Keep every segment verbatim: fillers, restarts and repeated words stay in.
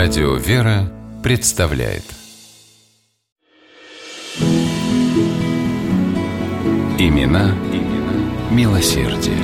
Радио «Вера» представляет Имена, имена милосердия.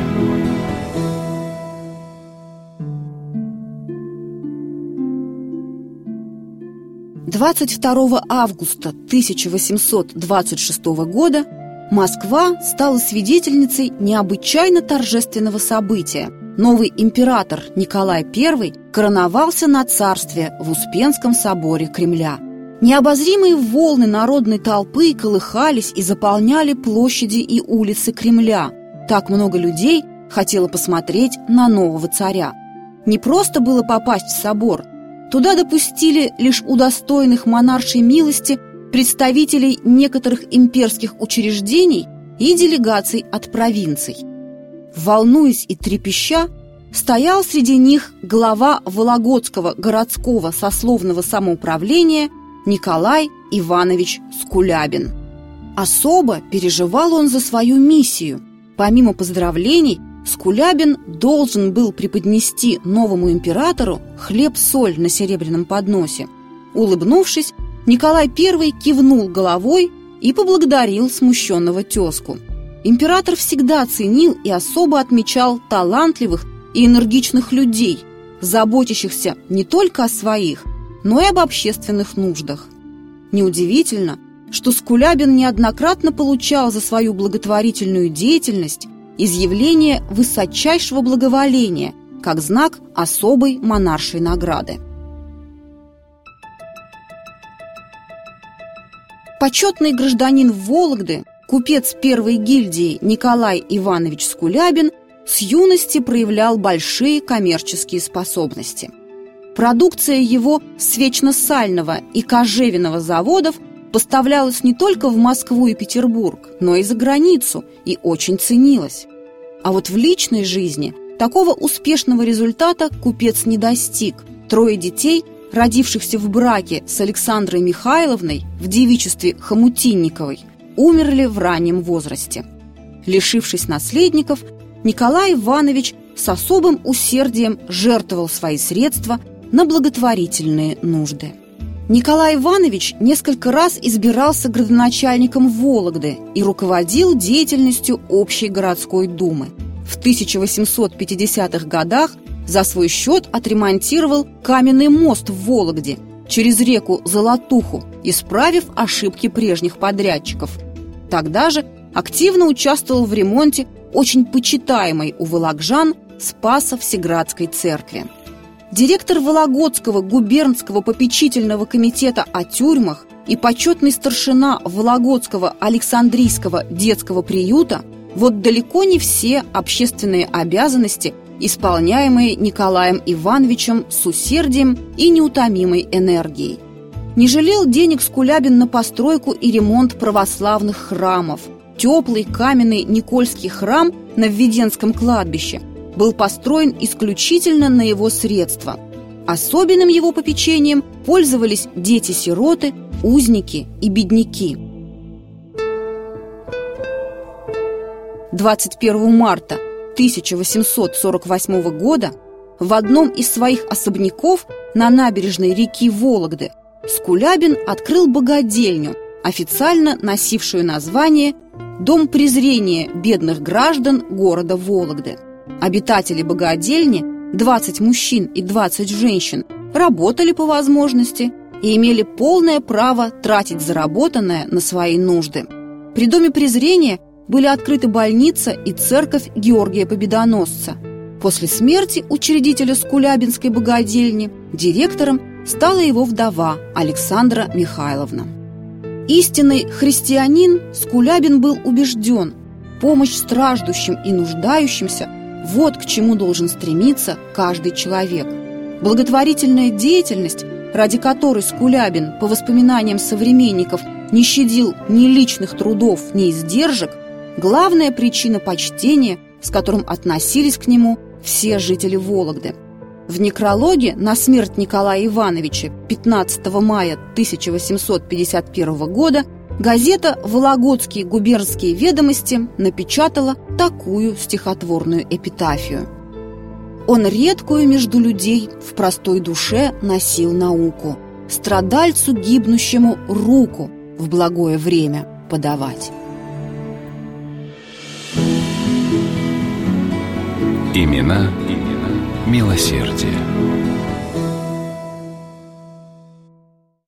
двадцать второго августа тысяча восемьсот двадцать шестого года Москва стала свидетельницей необычайно торжественного события. Новый император Николай Первый короновался на царстве в Успенском соборе Кремля. Необозримые волны народной толпы колыхались и заполняли площади и улицы Кремля. Так много людей хотело посмотреть на нового царя. Не просто было попасть в собор. Туда допустили лишь удостоенных монаршей милости представителей некоторых имперских учреждений и делегаций от провинций. Волнуясь и трепеща, стоял среди них глава Вологодского городского сословного самоуправления Николай Иванович Скулябин. Особо переживал он за свою миссию. Помимо поздравлений, Скулябин должен был преподнести новому императору хлеб-соль на серебряном подносе. Улыбнувшись, Николай Первый кивнул головой и поблагодарил смущенного тезку. Император всегда ценил и особо отмечал талантливых и энергичных людей, заботящихся не только о своих, но и об общественных нуждах. Неудивительно, что Скулябин неоднократно получал за свою благотворительную деятельность изъявление высочайшего благоволения как знак особой монаршей награды. Почетный гражданин Вологды, купец первой гильдии Николай Иванович Скулябин с юности проявлял большие коммерческие способности. Продукция его свечно-сального и кожевенного заводов поставлялась не только в Москву и Петербург, но и за границу и очень ценилась. А вот в личной жизни такого успешного результата купец не достиг. Трое детей, родившихся в браке с Александрой Михайловной в девичестве Хомутинниковой, умерли в раннем возрасте. Лишившись наследников, Николай Иванович с особым усердием жертвовал свои средства на благотворительные нужды. Николай Иванович несколько раз избирался градоначальником Вологды и руководил деятельностью Общей городской думы. В тысяча восемьсот пятидесятых годах за свой счет отремонтировал каменный мост в Вологде через реку Золотуху, исправив ошибки прежних подрядчиков. Тогда же активно участвовал в ремонте очень почитаемой у вологоджан Спасо-Всеградской церкви. Директор Вологодского губернского попечительного комитета о тюрьмах и почетный старшина Вологодского Александрийского детского приюта – вот далеко не все общественные обязанности, исполняемые Николаем Ивановичем с усердием и неутомимой энергией. Не жалел денег Скулябин на постройку и ремонт православных храмов. Теплый каменный Никольский храм на Введенском кладбище был построен исключительно на его средства. Особенным его попечением пользовались дети-сироты, узники и бедняки. двадцать первого марта тысяча восемьсот сорок восьмого года в одном из своих особняков на набережной реки Вологды Скулябин открыл богадельню, официально носившую название «Дом презрения бедных граждан города Вологды». Обитатели богадельни, двадцать мужчин и двадцать женщин, работали по возможности и имели полное право тратить заработанное на свои нужды. При Доме презрения были открыты больница и церковь Георгия Победоносца. После смерти учредителя Скулябинской богадельни директором стала его вдова Александра Михайловна. Истинный христианин, Скулябин был убежден, помощь страждущим и нуждающимся – вот к чему должен стремиться каждый человек. Благотворительная деятельность, ради которой Скулябин, по воспоминаниям современников, не щадил ни личных трудов, ни издержек, главная причина почтения, с которым относились к нему все жители Вологды. В некрологе на смерть Николая Ивановича пятнадцатого мая тысяча восемьсот пятьдесят первого года газета «Вологодские губернские ведомости» напечатала такую стихотворную эпитафию: Он редкую между людей в простой душе носил науку, страдальцу гибнущему руку в благое время подавать. Имена, имена милосердия.